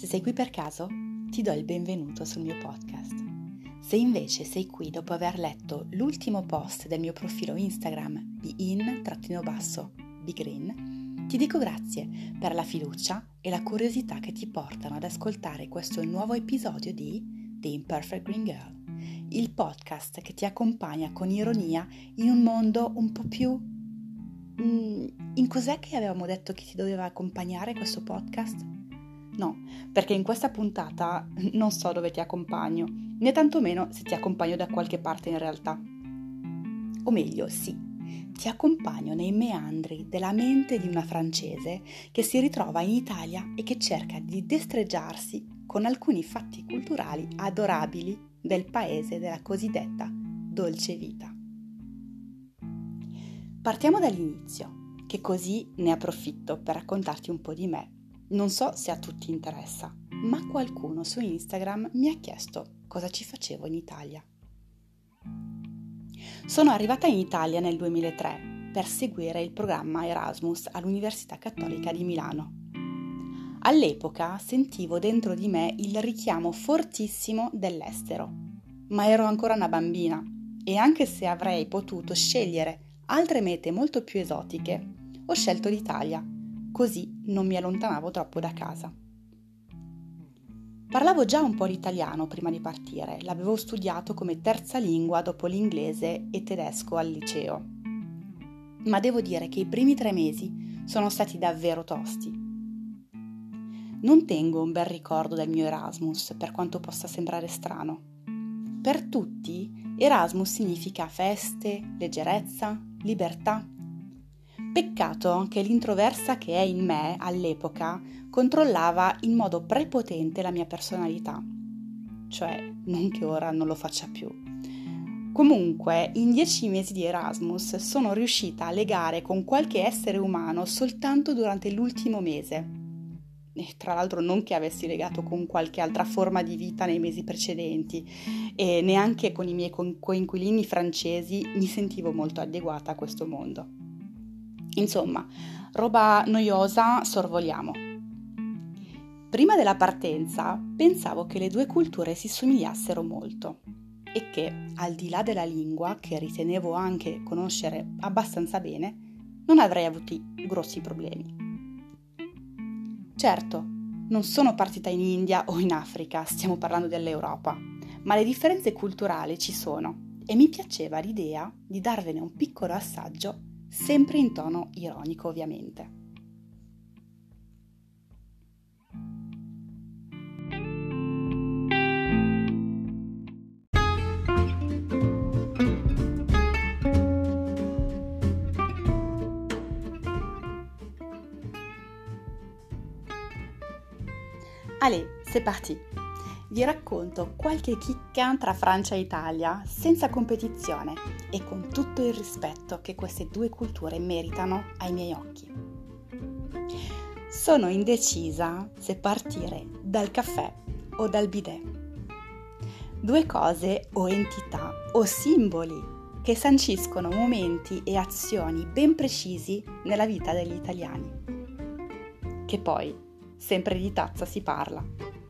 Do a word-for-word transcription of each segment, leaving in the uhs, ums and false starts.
sei qui per caso, ti do il benvenuto sul mio podcast. Se invece sei qui dopo aver letto l'ultimo post del mio profilo Instagram bein-bigreen, ti dico grazie per la fiducia e la curiosità che ti portano ad ascoltare questo nuovo episodio di The Imperfect Green Girl, il podcast che ti accompagna con ironia in un mondo un po' più... Mm, in cos'è che avevamo detto che ti doveva accompagnare questo podcast? No, perché in questa puntata non so dove ti accompagno, né tantomeno se ti accompagno da qualche parte in realtà. O meglio, sì, ti accompagno nei meandri della mente di una francese che si ritrova in Italia e che cerca di destreggiarsi con alcuni fatti culturali adorabili del paese della cosiddetta dolce vita. Partiamo dall'inizio, che così ne approfitto per raccontarti un po' di me. Non so se a tutti interessa, ma qualcuno su Instagram mi ha chiesto cosa ci facevo in Italia. Sono arrivata in Italia nel duemilatré per seguire il programma Erasmus all'Università Cattolica di Milano. All'epoca sentivo dentro di me il richiamo fortissimo dell'estero, ma ero ancora una bambina e anche se avrei potuto scegliere altre mete molto più esotiche, ho scelto l'Italia. Così non mi allontanavo troppo da casa. Parlavo già un po' l'italiano prima di partire, l'avevo studiato come terza lingua dopo l'inglese e tedesco al liceo. Ma devo dire che i primi tre mesi sono stati davvero tosti. Non tengo un bel ricordo del mio Erasmus, per quanto possa sembrare strano. Per tutti, Erasmus significa feste, leggerezza, libertà. Peccato che l'introversa che è in me all'epoca controllava in modo prepotente la mia personalità, cioè non che ora non lo faccia più. Comunque, in dieci mesi di Erasmus sono riuscita a legare con qualche essere umano soltanto durante l'ultimo mese. E tra l'altro non che avessi legato con qualche altra forma di vita nei mesi precedenti e neanche con i miei coinquilini francesi mi sentivo molto adeguata a questo mondo. Insomma, roba noiosa, sorvoliamo. Prima della partenza pensavo che le due culture si somigliassero molto e che, al di là della lingua, che ritenevo anche conoscere abbastanza bene, non avrei avuto grossi problemi. Certo, non sono partita in India o in Africa, stiamo parlando dell'Europa, ma le differenze culturali ci sono e mi piaceva l'idea di darvene un piccolo assaggio, sempre in tono ironico ovviamente. Allez, c'est parti! Vi racconto qualche chicca tra Francia e Italia, senza competizione e con tutto il rispetto che queste due culture meritano ai miei occhi. Sono indecisa se partire dal caffè o dal bidet. Due cose o entità o simboli che sanciscono momenti e azioni ben precisi nella vita degli italiani. Che poi, sempre di tazza si parla.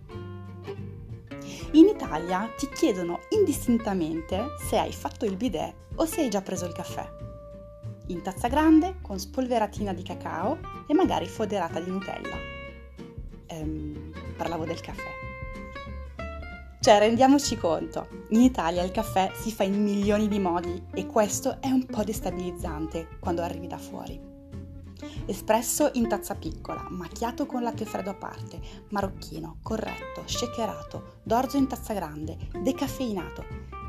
In Italia ti chiedono indistintamente se hai fatto il bidet o se hai già preso il caffè. In tazza grande, con spolveratina di cacao e magari foderata di Nutella. Ehm, parlavo del caffè. Cioè, rendiamoci conto, in Italia il caffè si fa in milioni di modi e questo è un po' destabilizzante quando arrivi da fuori. Espresso in tazza piccola, macchiato con latte freddo a parte, marocchino, corretto, shakerato, d'orzo in tazza grande, decaffeinato.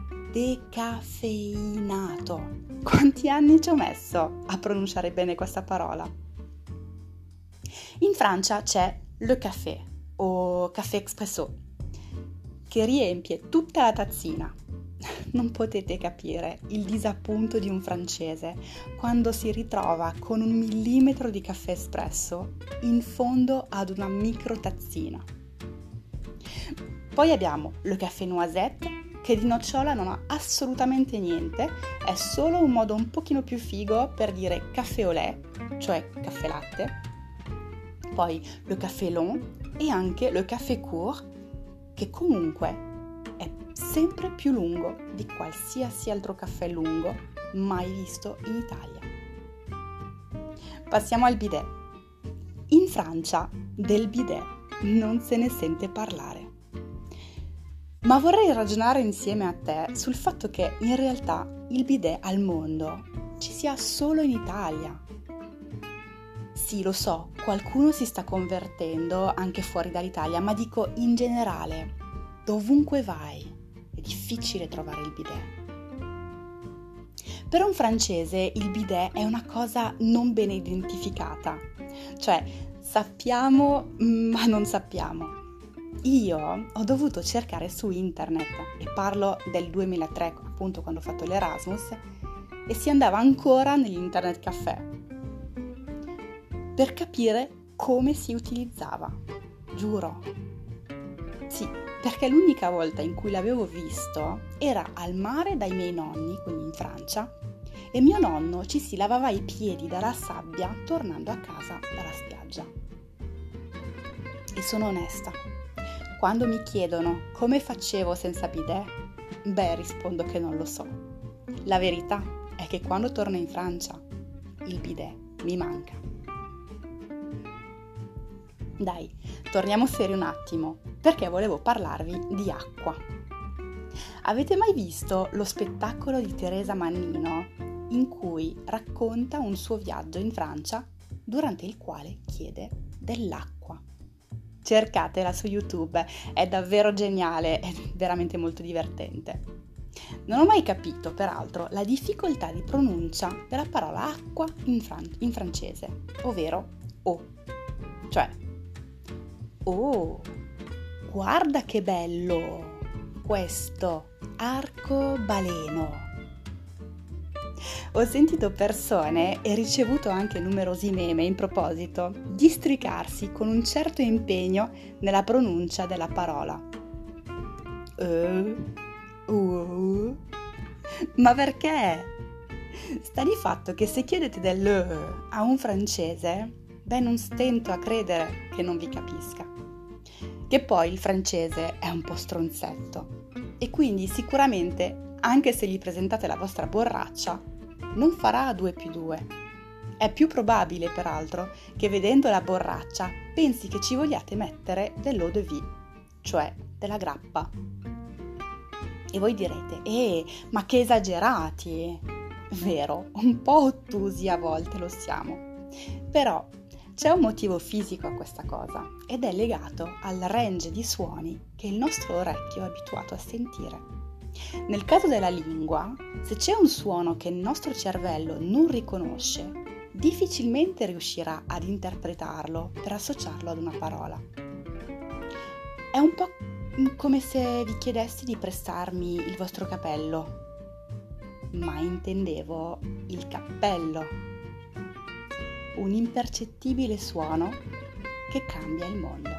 Decaffeinato! Quanti anni ci ho messo a pronunciare bene questa parola? In Francia c'è le café o café expresso che riempie tutta la tazzina. Non potete capire il disappunto di un francese quando si ritrova con un millimetro di caffè espresso in fondo ad una micro tazzina. Poi abbiamo le café noisette, che di nocciola non ha assolutamente niente, è solo un modo un pochino più figo per dire caffè au lait, cioè caffè latte. Poi le café long, e anche le café court, che comunque è sempre più lungo di qualsiasi altro caffè lungo mai visto in Italia. Passiamo al bidet. In Francia del bidet non se ne sente parlare. Ma vorrei ragionare insieme a te sul fatto che in realtà il bidet al mondo ci sia solo in Italia. Sì, lo so, qualcuno si sta convertendo anche fuori dall'Italia, ma dico in generale, dovunque vai, è difficile trovare il bidet. Per un francese il bidet è una cosa non ben identificata, cioè sappiamo ma non sappiamo. Io ho dovuto cercare su internet, e parlo del duemilatré, appunto quando ho fatto l'Erasmus, e si andava ancora negli internet caffè per capire come si utilizzava, giuro. Sì, perché l'unica volta in cui l'avevo visto era al mare dai miei nonni, quindi in Francia, e mio nonno ci si lavava i piedi dalla sabbia tornando a casa dalla spiaggia. E sono onesta, quando mi chiedono come facevo senza bidet, beh, rispondo che non lo so. La verità è che quando torno in Francia, il bidet mi manca. Dai, torniamo seri un attimo, perché volevo parlarvi di acqua. Avete mai visto lo spettacolo di Teresa Mannino in cui racconta un suo viaggio in Francia durante il quale chiede dell'acqua? Cercatela su YouTube, è davvero geniale, è veramente molto divertente. Non ho mai capito, peraltro, la difficoltà di pronuncia della parola acqua in, fran- in francese, ovvero eau, cioè oh, guarda che bello questo arcobaleno. Ho sentito persone e ricevuto anche numerosi meme in proposito districarsi con un certo impegno nella pronuncia della parola. Uh, uh. Ma perché? Sta di fatto che se chiedete dell'e a un francese, beh, non stento a credere che non vi capisca. Che poi il francese è un po' stronzetto e quindi sicuramente, anche se gli presentate la vostra borraccia, non farà due più due. È più probabile, peraltro, che vedendo la borraccia pensi che ci vogliate mettere dell'eau de vie, cioè della grappa. E voi direte, eh, ma che esagerati! Vero, un po' ottusi a volte lo siamo. Però c'è un motivo fisico a questa cosa ed è legato al range di suoni che il nostro orecchio è abituato a sentire. Nel caso della lingua, se c'è un suono che il nostro cervello non riconosce, difficilmente riuscirà ad interpretarlo per associarlo ad una parola. È un po' come se vi chiedessi di prestarmi il vostro capello, ma intendevo il cappello. Un impercettibile suono che cambia il mondo.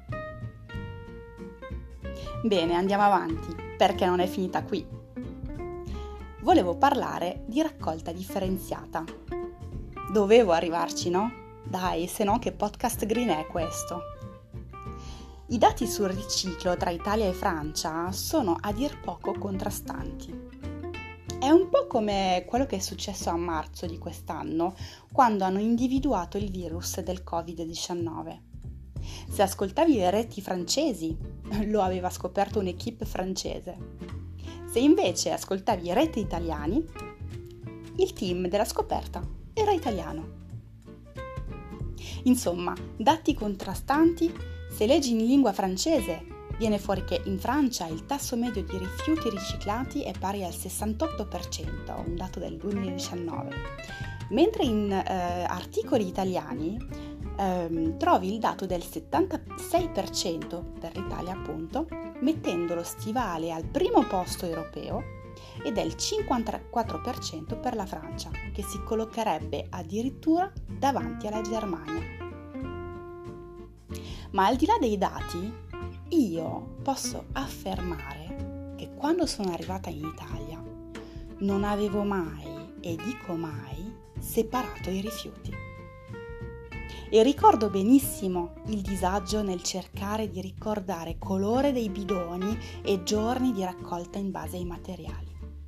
Bene, andiamo avanti, perché non è finita qui. Volevo parlare di raccolta differenziata. Dovevo arrivarci, no? Dai, se no che podcast green è questo? I dati sul riciclo tra Italia e Francia sono a dir poco contrastanti. È un po' come quello che è successo a marzo di quest'anno, quando hanno individuato il virus del covid diciannove. Se ascoltavi le reti francesi, lo aveva scoperto un'equipe francese. Se invece ascoltavi i reti italiani, il team della scoperta era italiano. Insomma, dati contrastanti, se leggi in lingua francese, viene fuori che in Francia il tasso medio di rifiuti riciclati è pari al sessantotto per cento, un dato del duemiladiciannove, mentre in eh, articoli italiani eh, trovi il dato del settantasei per cento per l'Italia, appunto, mettendo lo stivale al primo posto europeo e del cinquantaquattro per cento per la Francia, che si collocherebbe addirittura davanti alla Germania. Ma al di là dei dati, io posso affermare che quando sono arrivata in Italia non avevo mai, e dico mai, separato i rifiuti. E ricordo benissimo il disagio nel cercare di ricordare colore dei bidoni e giorni di raccolta in base ai materiali.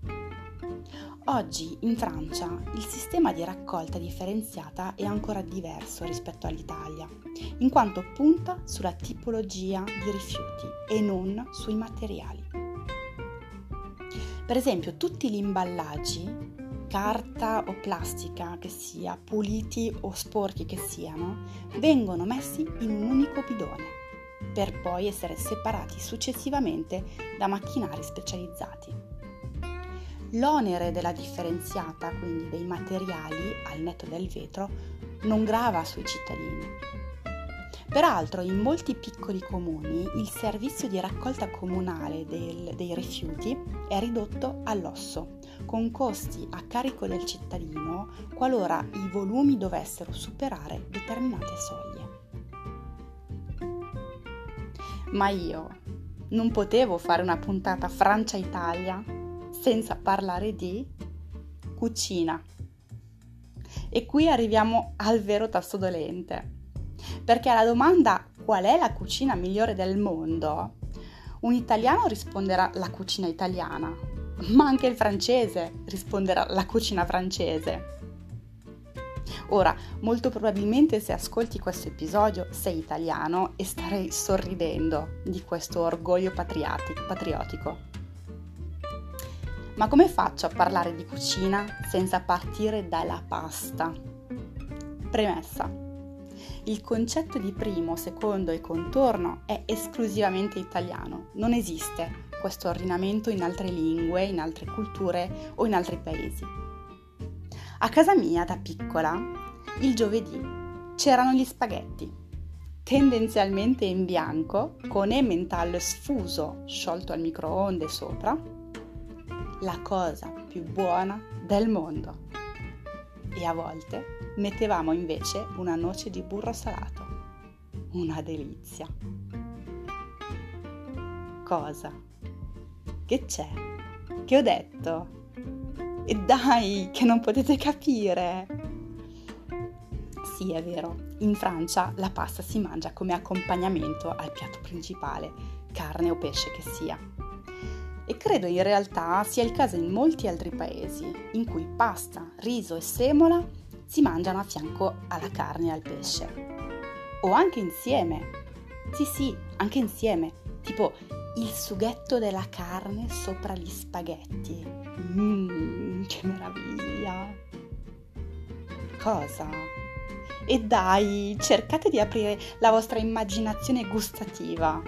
Oggi in Francia il sistema di raccolta differenziata è ancora diverso rispetto all'Italia, in quanto punta sulla tipologia di rifiuti e non sui materiali. Per esempio, tutti gli imballaggi, carta o plastica che sia, puliti o sporchi che siano, vengono messi in un unico bidone, per poi essere separati successivamente da macchinari specializzati. L'onere della differenziata, quindi dei materiali al netto del vetro, non grava sui cittadini. Peraltro in molti piccoli comuni il servizio di raccolta comunale del, dei rifiuti è ridotto all'osso, con costi a carico del cittadino qualora i volumi dovessero superare determinate soglie. Ma io non potevo fare una puntata Francia-Italia senza parlare di cucina. E qui arriviamo al vero tasto dolente, perché alla domanda qual è la cucina migliore del mondo, un italiano risponderà la cucina italiana, ma anche il francese risponderà la cucina francese. Ora, molto probabilmente se ascolti questo episodio sei italiano e starei sorridendo di questo orgoglio patriottico. Ma come faccio a parlare di cucina senza partire dalla pasta? Premessa. Il concetto di primo, secondo e contorno è esclusivamente italiano. Non esiste questo ordinamento in altre lingue, in altre culture o in altri paesi. A casa mia, da piccola, il giovedì c'erano gli spaghetti, tendenzialmente in bianco, con Emmental sfuso sciolto al microonde sopra, la cosa più buona del mondo. E a volte mettevamo invece una noce di burro salato. Una delizia. Cosa? Che c'è? Che ho detto? E dai, che non potete capire! Sì, è vero, in Francia la pasta si mangia come accompagnamento al piatto principale, carne o pesce che sia. E credo in realtà sia il caso in molti altri paesi, in cui pasta, riso e semola si mangiano a fianco alla carne e al pesce. O anche insieme. Sì, sì, anche insieme. Tipo il sughetto della carne sopra gli spaghetti. Mmm, che meraviglia! Cosa? E dai, cercate di aprire la vostra immaginazione gustativa.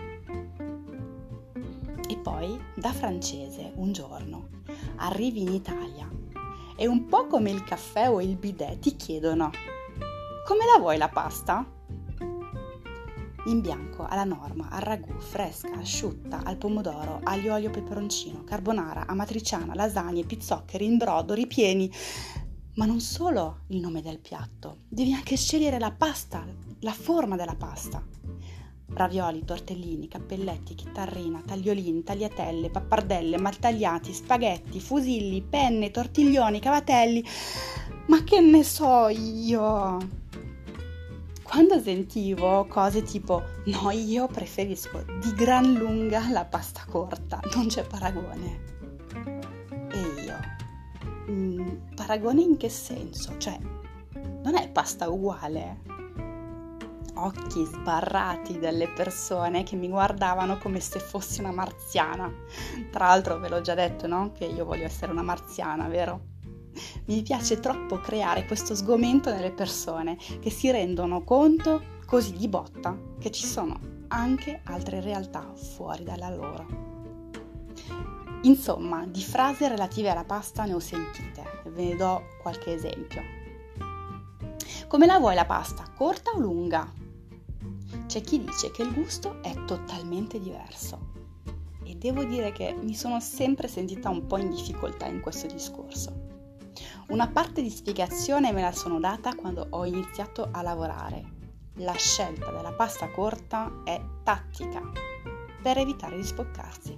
E poi, da francese, un giorno, arrivi in Italia e un po' come il caffè o il bidet ti chiedono: come la vuoi la pasta? In bianco, alla norma, al ragù, fresca, asciutta, al pomodoro, aglio, olio, peperoncino, carbonara, amatriciana, lasagne, pizzoccheri, in brodo, ripieni. Ma non solo il nome del piatto, devi anche scegliere la pasta, la forma della pasta. Ravioli, tortellini, cappelletti, chitarrina, tagliolini, tagliatelle, pappardelle, maltagliati, spaghetti, fusilli, penne, tortiglioni, cavatelli. Ma che ne so io? Quando sentivo cose tipo no, io preferisco di gran lunga la pasta corta, non c'è paragone. E io? Mm, paragone in che senso? Cioè, non è pasta uguale? Occhi sbarrati delle persone che mi guardavano come se fossi una marziana. Tra l'altro ve l'ho già detto, no? Che io voglio essere una marziana, vero? Mi piace troppo creare questo sgomento nelle persone che si rendono conto così di botta che ci sono anche altre realtà fuori dalla loro. Insomma, di frasi relative alla pasta ne ho sentite, ve ne do qualche esempio. Come la vuoi la pasta, corta o lunga? C'è chi dice che il gusto è totalmente diverso e devo dire che mi sono sempre sentita un po' in difficoltà in questo discorso. Una parte di spiegazione me la sono data quando ho iniziato a lavorare. La scelta della pasta corta è tattica, per evitare di spoccarsi.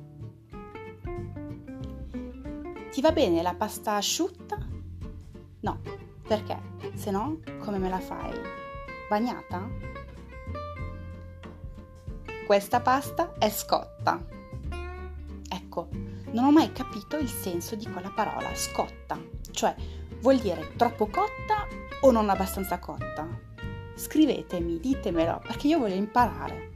Ti va bene la pasta asciutta? No, perché? Se no, come me la fai? Bagnata? Questa pasta è scotta. Ecco, non ho mai capito il senso di quella parola, scotta. Cioè, vuol dire troppo cotta o non abbastanza cotta? Scrivetemi, ditemelo, perché io voglio imparare.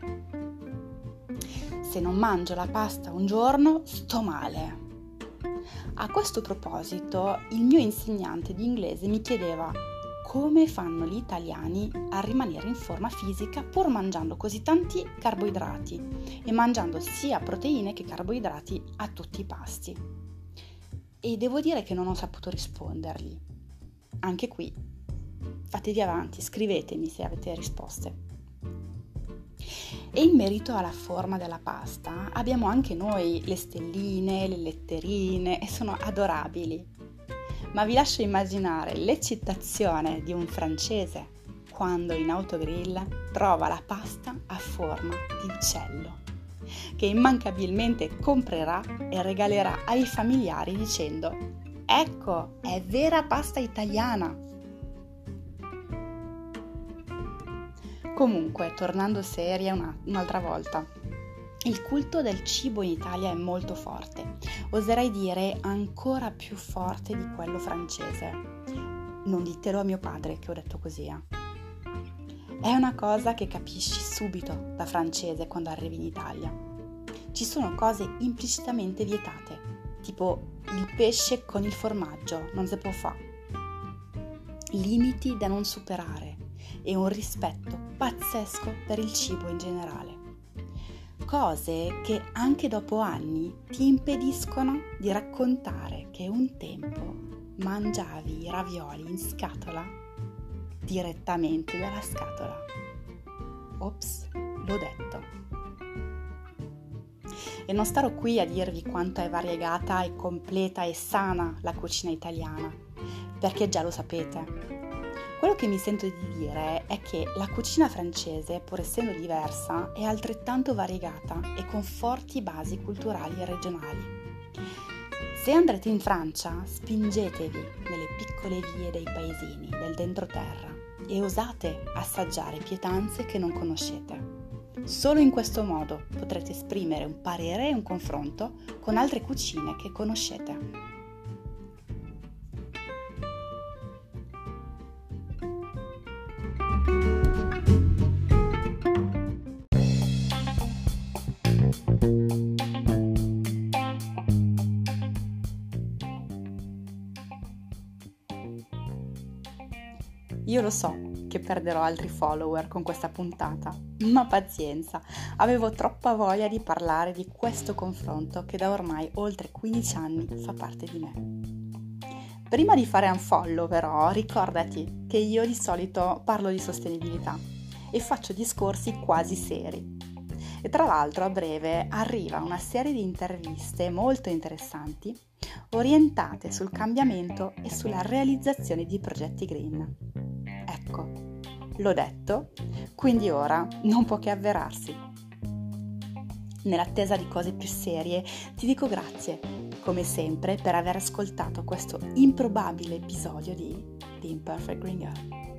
Se non mangio la pasta un giorno, sto male. A questo proposito, il mio insegnante di inglese mi chiedeva come fanno gli italiani a rimanere in forma fisica pur mangiando così tanti carboidrati e mangiando sia proteine che carboidrati a tutti i pasti. E devo dire che non ho saputo rispondergli. Anche qui, fatevi avanti, scrivetemi se avete risposte. E in merito alla forma della pasta abbiamo anche noi le stelline, le letterine e sono adorabili. Ma vi lascio immaginare l'eccitazione di un francese quando in autogrill trova la pasta a forma di uccello, che immancabilmente comprerà e regalerà ai familiari dicendo: ecco, è vera pasta italiana! Comunque, tornando seria una, un'altra volta, il culto del cibo in Italia è molto forte, oserei dire ancora più forte di quello francese. Non ditelo a mio padre che ho detto così. Eh. È una cosa che capisci subito da francese quando arrivi in Italia. Ci sono cose implicitamente vietate, tipo il pesce con il formaggio, non si può fare. Limiti da non superare e un rispetto pazzesco per il cibo in generale. Cose che anche dopo anni ti impediscono di raccontare che un tempo mangiavi i ravioli in scatola direttamente dalla scatola. Ops, l'ho detto. E non starò qui a dirvi quanto è variegata e completa e sana la cucina italiana, perché già lo sapete. Quello che mi sento di dire è che la cucina francese, pur essendo diversa, è altrettanto variegata e con forti basi culturali e regionali. Se andrete in Francia, spingetevi nelle piccole vie dei paesini, del dentroterra, e osate assaggiare pietanze che non conoscete. Solo in questo modo potrete esprimere un parere e un confronto con altre cucine che conoscete. Io lo so che perderò altri follower con questa puntata, ma pazienza, avevo troppa voglia di parlare di questo confronto che da ormai oltre quindici anni fa parte di me. Prima di fare unfollow però, ricordati che io di solito parlo di sostenibilità e faccio discorsi quasi seri. E tra l'altro a breve arriva una serie di interviste molto interessanti orientate sul cambiamento e sulla realizzazione di progetti green. Ecco, l'ho detto, quindi ora non può che avverarsi. Nell'attesa di cose più serie, ti dico grazie, come sempre, per aver ascoltato questo improbabile episodio di The Imperfect Green Girl.